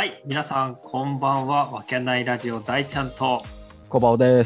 はい、皆さんこんばんは。わけないラジオ大ちゃんと。 コバオです。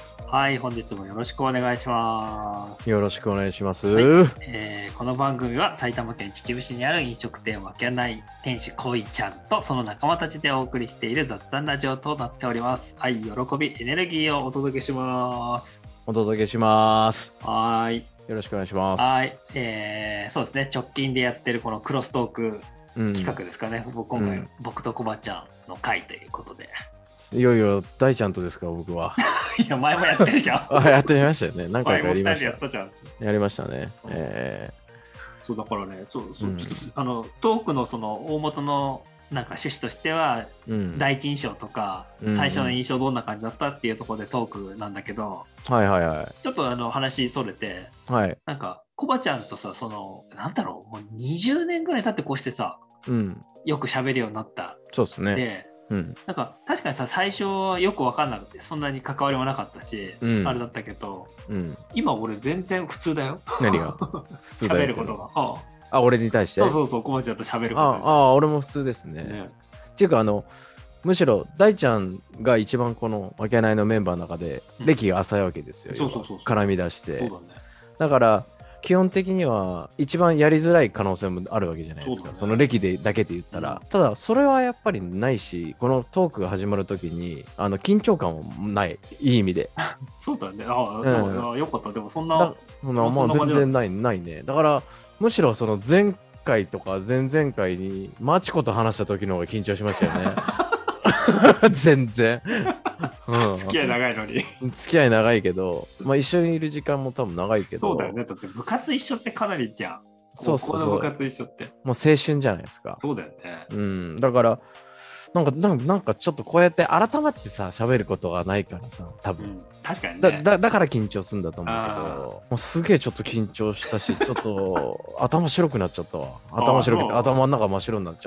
はい、本日もよろしくお願いします。 よろしくお願いします。 はいこの番組は埼玉県秩父市にある飲食店わけない店主こいちゃんとその仲間たちでお送りしている雑談ラジオとなっております。はい、喜びエネルギーをお届けします。 お届けします。 はい、 よろしくお願いします。 はい、そうですね。直近でやってるこのクロストーク企画ですかね。今回、僕とコバちゃんの会ということで。 いよいよ大ちゃんとですか、僕は。 いや、前もやってるじゃん。 やってみましたよね。何回かやりました。 前も2人でやったじゃん。 やりましたね。 そうだからね、ちょっとトークのその大元のなんか趣旨としては、第一印象とか、最初の印象どんな感じだったっていうところでトークなんだけど、 はいはいはい。 ちょっと話それて、 はい。 なんかコバちゃんとさ、なんだろう、もう20年ぐらい経ってこうしてさ、よく喋るようになった。 そうですね。 で、なんか確かにさ、最初はよく分かんなくてそんなに関わりもなかったし、あれだったけど、今俺全然普通だよ。 何が喋ることが。 俺に対して。 そうコバちゃんと喋ることが。 俺も普通ですね。っていうかむしろ大ちゃんが一番このわけないのメンバーの中で歴が浅いわけですよ。絡み出して。だから基本的には一番やりづらい可能性もあるわけじゃないですか。その歴だけで言ったら。ただそれはやっぱりないし、このトークが始まるときに緊張感もない、いい意味で。 そうだね。よかった。でもそんな全然ないね。だからむしろその前回とか前々回にマチコと話した時の方が緊張しましたよね。全然。 付き合い長いのに。 付き合い長いけど、一緒にいる時間も多分長いけど。 そうだよね。だって部活一緒ってかなりじゃん。 そう部活一緒って。 もう青春じゃないですか。 そうだよね。 だからなんかちょっとこうやって改まってさ喋ることがないからさ、多分。 確かにね。 だから緊張するんだと思うけど、もうすげえちょっと緊張したし、ちょっと頭白くなっちゃったわ。頭の中真っ白になっちゃった。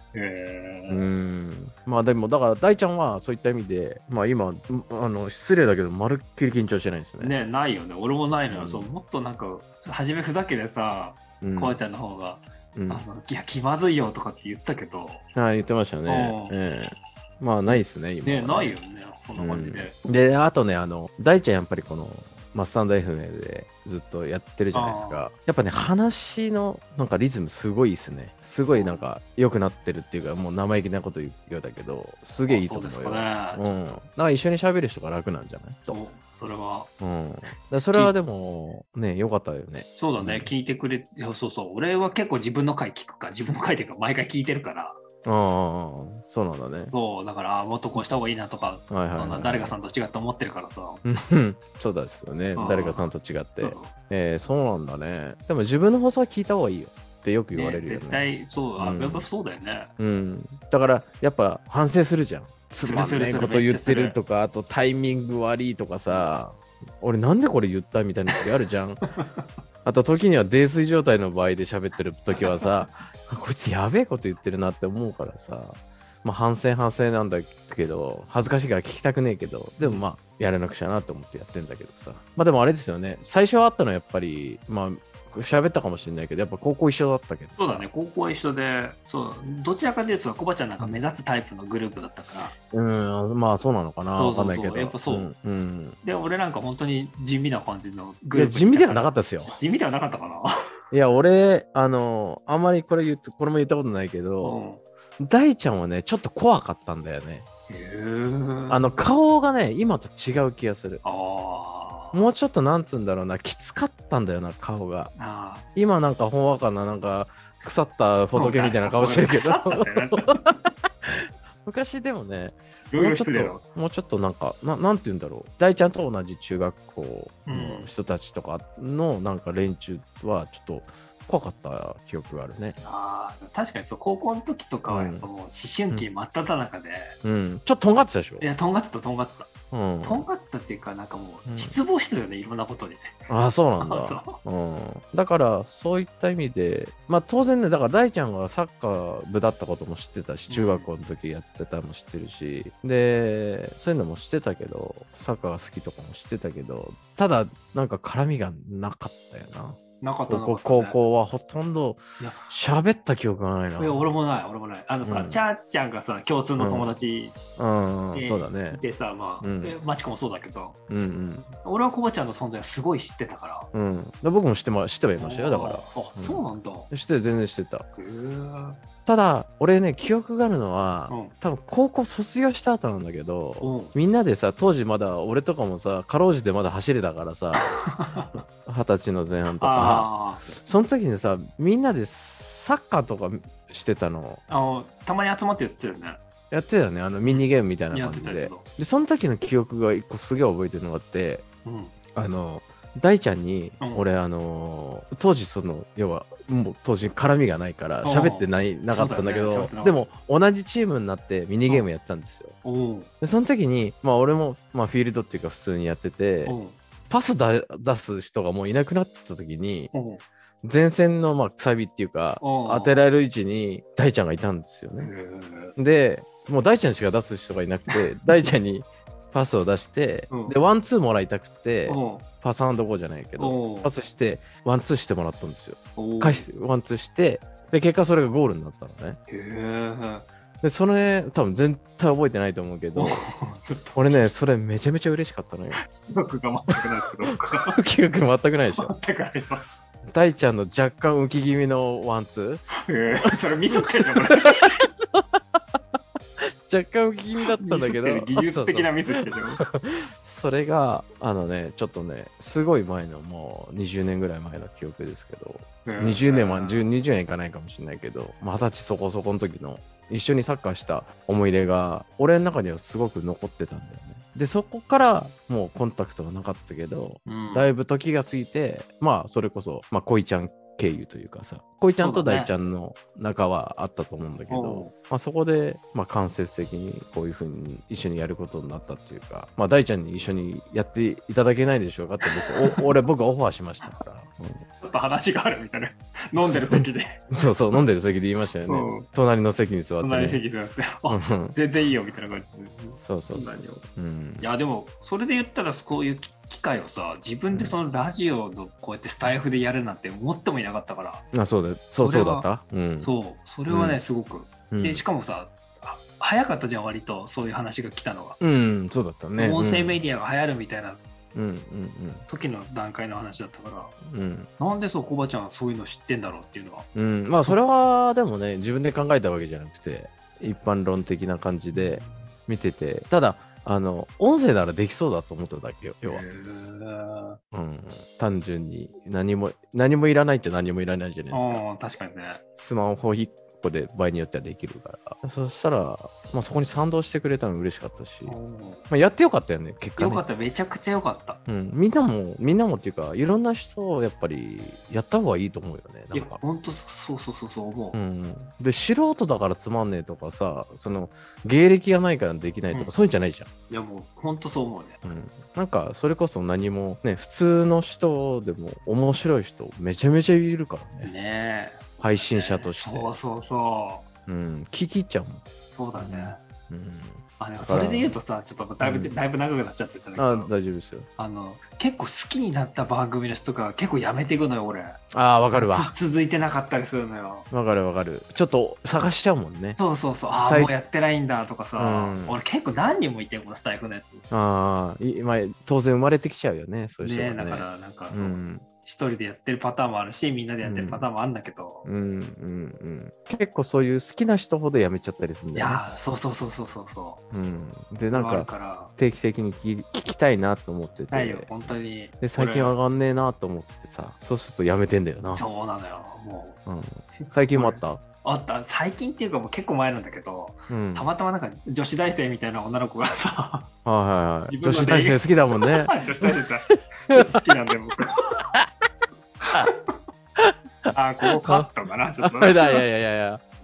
でもだから大ちゃんはそういった意味で今失礼だけどまるっきり緊張してないですね。 ね、ないよね。俺もないのよ。もっとなんか初めふざけでさ、こうちゃんの方がいや気まずいよとかって言ってたけど。 言ってましたね。ないですね今。 ね、ないよね。そんな感じで。であとね大ちゃんやっぱりこのスタンド FM でずっとやってるじゃないですか。やっぱね話のなんかリズムすごいですね。すごいなんか良くなってるっていうか、もう生意気なこと言うようだけどすげえいいと思うよ。 そうですかね。 だから一緒に喋る人が楽なんじゃないと。 それは。 それはでもね良かったよね。 そうだね。聞いてくれ。そう俺は結構自分の回聞くから、自分の回っていうか毎回聞いてるから。 そうなんだね。 そうだからもっとこうした方がいいなとか、そんな誰かさんと違って思ってるからさ。 そうですよね。誰かさんと違って。そうなんだね。でも自分の放送は聞いた方がいいよってよく言われるよね。 絶対そう、やっぱそうだよね。 だからやっぱ反省するじゃん。つまんないこと言ってるとか、あとタイミング悪いとかさ、俺なんでこれ言ったみたいな時あるじゃん。あと時には泥酔状態の場合で喋ってる時はさ、こいつやべえこと言ってるなって思うからさ、反省なんだけど、恥ずかしいから聞きたくねえけど、でもやらなくちゃなと思ってやってんだけどさ。でもあれですよね、最初はあったのはやっぱり、喋ったかもしれないけど、やっぱ高校一緒だったけど。 そうだね、高校は一緒で、どちらかというとコバちゃんなんか目立つタイプのグループだったから。 そうなのかな、わかんないけど。 やっぱそう。で、俺なんか本当に地味な感じのグループ。 地味ではなかったですよ。 地味ではなかったかな。 いや、俺、あんまりこれも言ったことないけど、大ちゃんはね、ちょっと怖かったんだよね。顔がね、今と違う気がする。もうちょっとなんつうんだろうな、きつかったんだよな、顔が。今なんかほんわかな、なんか腐った仏みたいな顔してるけど。昔でもね、もうちょっとなんか、なんて言うんだろう。大ちゃんと同じ中学校の人たちとかのなんか連中はちょっと怖かった記憶があるね。 確かにそう、高校の時とかはやっぱもう思春期真っ只中で。 ちょっととんがってたでしょ。 いや、とんがってた。とんがってたっていうか、なんかもう失望してるよね、いろんなことにね。 そうなんだ。だからそういった意味で、当然ね、だから大ちゃんがサッカー部だったことも知ってたし、中学校の時やってたのも知ってるし、でそういうのも知ってたけど、サッカーが好きとかも知ってたけど、ただなんか絡みがなかったよな。 なかったなかった、ね、 高校はほとんど喋った記憶がないな。 いや俺もない。チャーちゃんがさ共通の友達そうだね。 でさ、まあ、マチコもそうだけど、俺はコバちゃんの存在はすごい知ってたから。 僕も知ってはいましたよ、だから。 そうなんだ。 全然知ってた。ただ俺ね記憶があるのは、多分高校卒業した後なんだけど、みんなでさ当時まだ俺とかもさかろうじてまだ走れたからさ20歳の前半とかその時にさみんなでサッカーとかしてたの。 たまに集まってやってたよね。 やってたよね、ミニゲームみたいな感じで。でその時の記憶が一個すげえ覚えてるのがあって、大ちゃんに、俺当時要はもう当時絡みがないから喋ってなかったんだけど、でも同じチームになってミニゲームやってたんですよ。でその時に俺もフィールドっていうか普通にやってて、パス出す人がもういなくなってた時に、前線のくさびっていうか当てられる位置に大ちゃんがいたんですよね。でもう大ちゃんしか出す人がいなくて大ちゃんにパスを出して、でワンツーもらいたくて、パス&ゴーじゃないけどパスしてワンツーしてもらったんですよ。返してワンツーして、で結果それがゴールになったのね。でそれ多分絶対覚えてないと思うけど俺ねそれめちゃめちゃ嬉しかったのよ。 記憶が全くないですけど記憶全くないでしょ。 全くあります。 大ちゃんの若干浮き気味のワンツーそれミスってるじゃん若干浮き気味だったんだけど技術的なミスってるそれがちょっとねすごい前のもう20年ぐらい前の記憶ですけど、20年は20年いかないかもしれないけど、20歳そこそこの時の一緒にサッカーした思い出が俺の中にはすごく残ってたんだよね。でそこからもうコンタクトがなかったけど、だいぶ時が過ぎてそれこそ恋ちゃん経由というかさ、恋ちゃんと大ちゃんの仲はあったと思うんだけど、そこで間接的にこういう風に一緒にやることになったっていうか、大ちゃんに一緒にやっていただけないでしょうかって僕はオファーしましたから、 ちょっと話があるみたいな飲んでる席でそう飲んでる席で言いましたよね、隣の席に座ってね、 隣の席に座って全然いいよみたいな感じで、 そう、 いやでもそれで言ったらこういう機会をさ自分でそのラジオのこうやってスタイフでやるなんて思ってもいなかったから、 そうだった、 そうそれはね、すごくでしかもさ早かったじゃん割とそういう話が来たのが、 そうだったね。 音声メディアが流行るみたいな時の段階の話だったから、なんでコバちゃんはそういうの知ってんだろうっていうのは、 それはでもね自分で考えたわけじゃなくて一般論的な感じで見てて、ただ音声ならできそうだと思っただけよ、要は。単純に何もいらないって何もいらないじゃないですか。 確かにね。 スマホ1個で場合によってはできるから。そしたら、そこに賛同してくれたの嬉しかったし、やってよかったよね、結果ね。 よかった、めちゃくちゃよかった。 みんなもっていうか、いろんな人をやっぱりやった方がいいと思うよね。 いや、ほんとそう思う。 で、素人だからつまんねえとかさ、芸歴がないからできないとか、そういうんじゃないじゃん。 いや、もうほんとそう思うね。 なんかそれこそ何もね普通の人でも面白い人めちゃめちゃいるからね。配信者として。 そう。 聞き入っちゃうもん。 そうだね。それで言うとさ、ちょっとだいぶ長くなっちゃってたんだけど、 大丈夫ですよ。 結構好きになった番組の人が結構やめていくのよ、俺。 わかるわ。 続いてなかったりするのよ。 わかる。ちょっと探しちゃうもんね。 そう。もうやってないんだとかさ、俺結構何人もいて、このスタイフのやつ。 当然生まれてきちゃうよね、そういう人がね。 だからなんか一人でやってるパターンもあるし、みんなでやってるパターンもあるんだけど、 結構そういう好きな人ほどやめちゃったりするんだよね。 いやそうでなんか定期的に聞きたいなと思ってて、 ないよ本当に。 で最近上がんねえなと思ってさ、そうするとやめてんだよな。 そうなのよ、もう。 最近もあった？ 最近っていうかもう結構前なんだけど、たまたまなんか女子大生みたいな女の子がさ、 女子大生好きだもんね。 女子大生好きなんで僕。ここカットかなちょっと。 いや。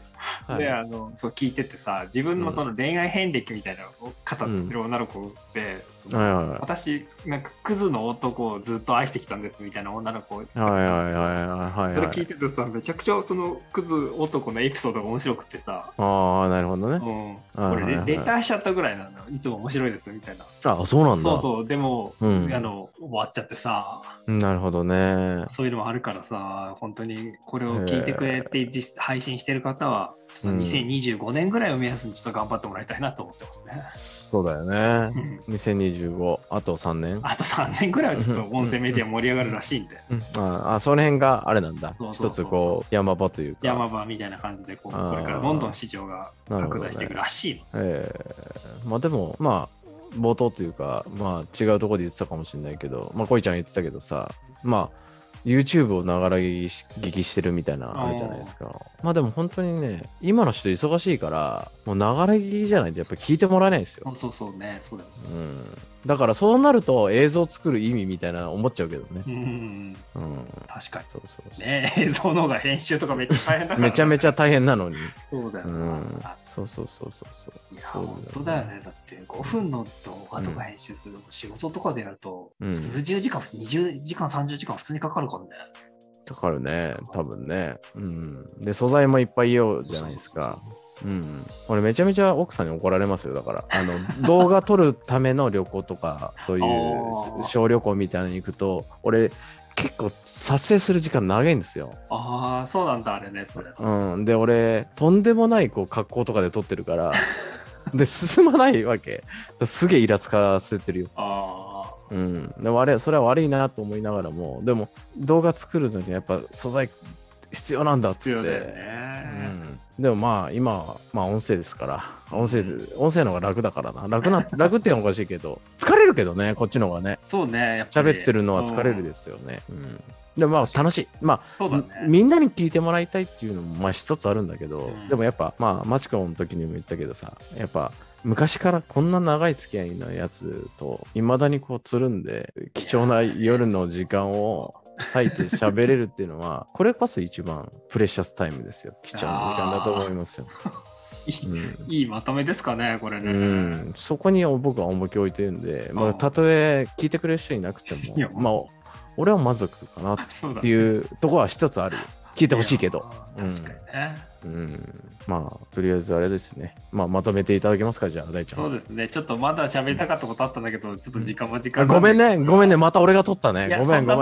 でそう聞いててさ、自分のその恋愛遍歴みたいなのを語ってる女の子で、私なんかクズの男をずっと愛してきたんですみたいな女の子、それ聞いててさ、めちゃくちゃそのクズ男のエピソードが面白くてさ、 ああなるほどね。 これレターしちゃったぐらいなの、いつも面白いですみたいな。 あ、そうなんだ。 そうそう、でも終わっちゃってさ。 なるほどね。 そういうのもあるからさ、本当にこれを聞いてくれて配信してる方は、ちょっと2025年ぐらいを目安にちょっと頑張ってもらいたいなと思ってますね。 そうだよね。2025、あと3年。 あと3年ぐらいはちょっと音声メディア盛り上がるらしいんで。 その辺があれなんだ。一つこう、山場というか。 山場みたいな感じでこれからどんどん市場が拡大していくらしいの。まあでも、まあ、冒頭というか、まあ違うところで言ってたかもしれないけど、まあ、こいちゃん言ってたけどさ、まあ、YouTube をながら聞きしてるみたいなあるじゃないですか。まあでも本当にね、今の人忙しいから、もうながら聞きじゃないとやっぱり聞いてもらえないんですよ。 そうね、そうだよね。 だからそうなると映像作る意味みたいな思っちゃうけどね。 確かに。 そうね、映像の方が編集とかめっちゃ大変だから、 めちゃめちゃ大変なのに。 そうだよな。 そう。 いや、本当だよね。だって5分の動画とか編集する仕事とかでやると、数十時間、20時間、30時間普通にかかるからね。 かかるね、多分ね。で、素材もいっぱい用じゃないですか。俺めちゃめちゃ奥さんに怒られますよ。だから動画撮るための旅行とかそういう小旅行みたいなのに行くと俺結構撮影する時間長いんですよ。 ああ、そうなんだ、あれね。 で俺とんでもないこう格好とかで撮ってるからで進まないわけ。すげえイラつかせてるよ。でもそれは悪いなと思いながらも、でも動画作るのにやっぱ素材必要なんだっつって。でもまあ今はまあ音声ですから、音声の方が楽だからな。楽っていうのはおかしいけど、疲れるけどね、こっちの方がね。 そうね、やっぱり喋ってるのは疲れるですよね。でもまあ楽しい。まあ、みんなに聞いてもらいたいっていうのもまあ一つあるんだけど、でもやっぱまあマチコの時にも言ったけどさ、やっぱ昔からこんな長い付き合いのやつといまだにこうつるんで貴重な夜の時間を割いて喋れるっていうのはこれこそ一番プレシャスタイムですよ。貴重な時間だと思いますよ。 いいまとめですかね、これね。 そこに僕は重きを置いてるんで、まあ、たとえ聞いてくれる人いなくても、まあ俺は満足かなっていうところは一つあるよ。聞いてほしいけど。 確かにね。 まあ、とりあえずあれですね。まあ、まとめていただけますか、じゃあ、大ちゃん。 そうですね。ちょっとまだ喋りたかったことあったんだけど、ちょっと時間ごめんね。また俺が取ったね。ごめん。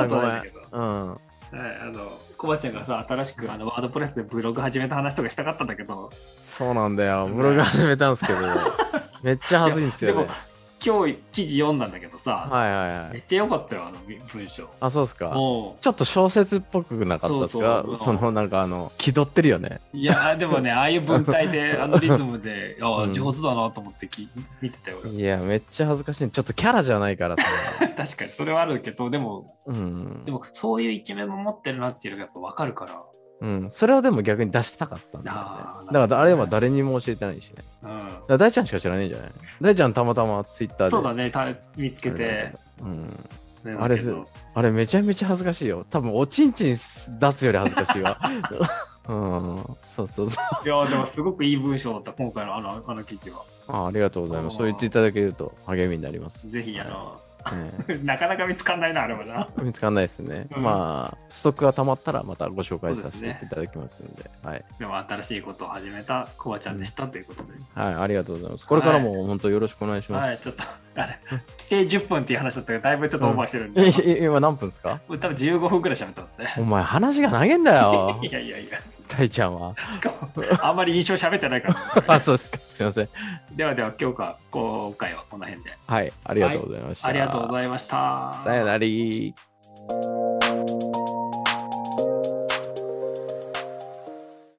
コバちゃんがさ、新しくワードプレスでブログ始めた話とかしたかったんだけど。 そうなんだよ。ブログ始めたんですけど、めっちゃ恥ずいんですよね。 今日記事読んだんだけどさ、めっちゃ良かったよ、文章。 あ、そうですか。ちょっと小説っぽくなかったですか？そのなんか気取ってるよね。 いや、でもね、ああいう文体で、リズムで、上手だなと思って見てたよ。 いや、めっちゃ恥ずかしい。ちょっとキャラじゃないからさ。 確かに、それはあるけど、でも、そういう一面も持ってるなっていうのがやっぱ分かるから。 それをでも逆に出したかったんだよね。だからあれは誰にも教えてないしね。大ちゃんしか知らないんじゃない？大ちゃんたまたまツイッターで。 そうだね、見つけて。 あれめちゃめちゃ恥ずかしいよ。多分おちんちん出すより恥ずかしいわ。そう。 いや、でもすごくいい文章だった、今回のあの記事は。 ありがとうございます。そう言っていただけると励みになります。 ぜひなかなか見つかんないな、あれはな。 見つかんないですね。まあ、ストックが溜まったらまたご紹介させていただきますんで。 でも新しいことを始めたコバちゃんでしたということで。 はい、ありがとうございます。これからも本当よろしくお願いします。 はい、ちょっと、規定10分っていう話だったけど、だいぶちょっとオーバーしてるんで。 今何分ですか？ 多分15分くらい喋ってますね。 お前話が投げんだよ。 いや。 大ちゃんは。 しかも、あんまり印象喋ってないから。 あ、そうですか。すいません。 では今回はこの辺で。 はい、ありがとうございました。 ありがとうございました。 さよなら。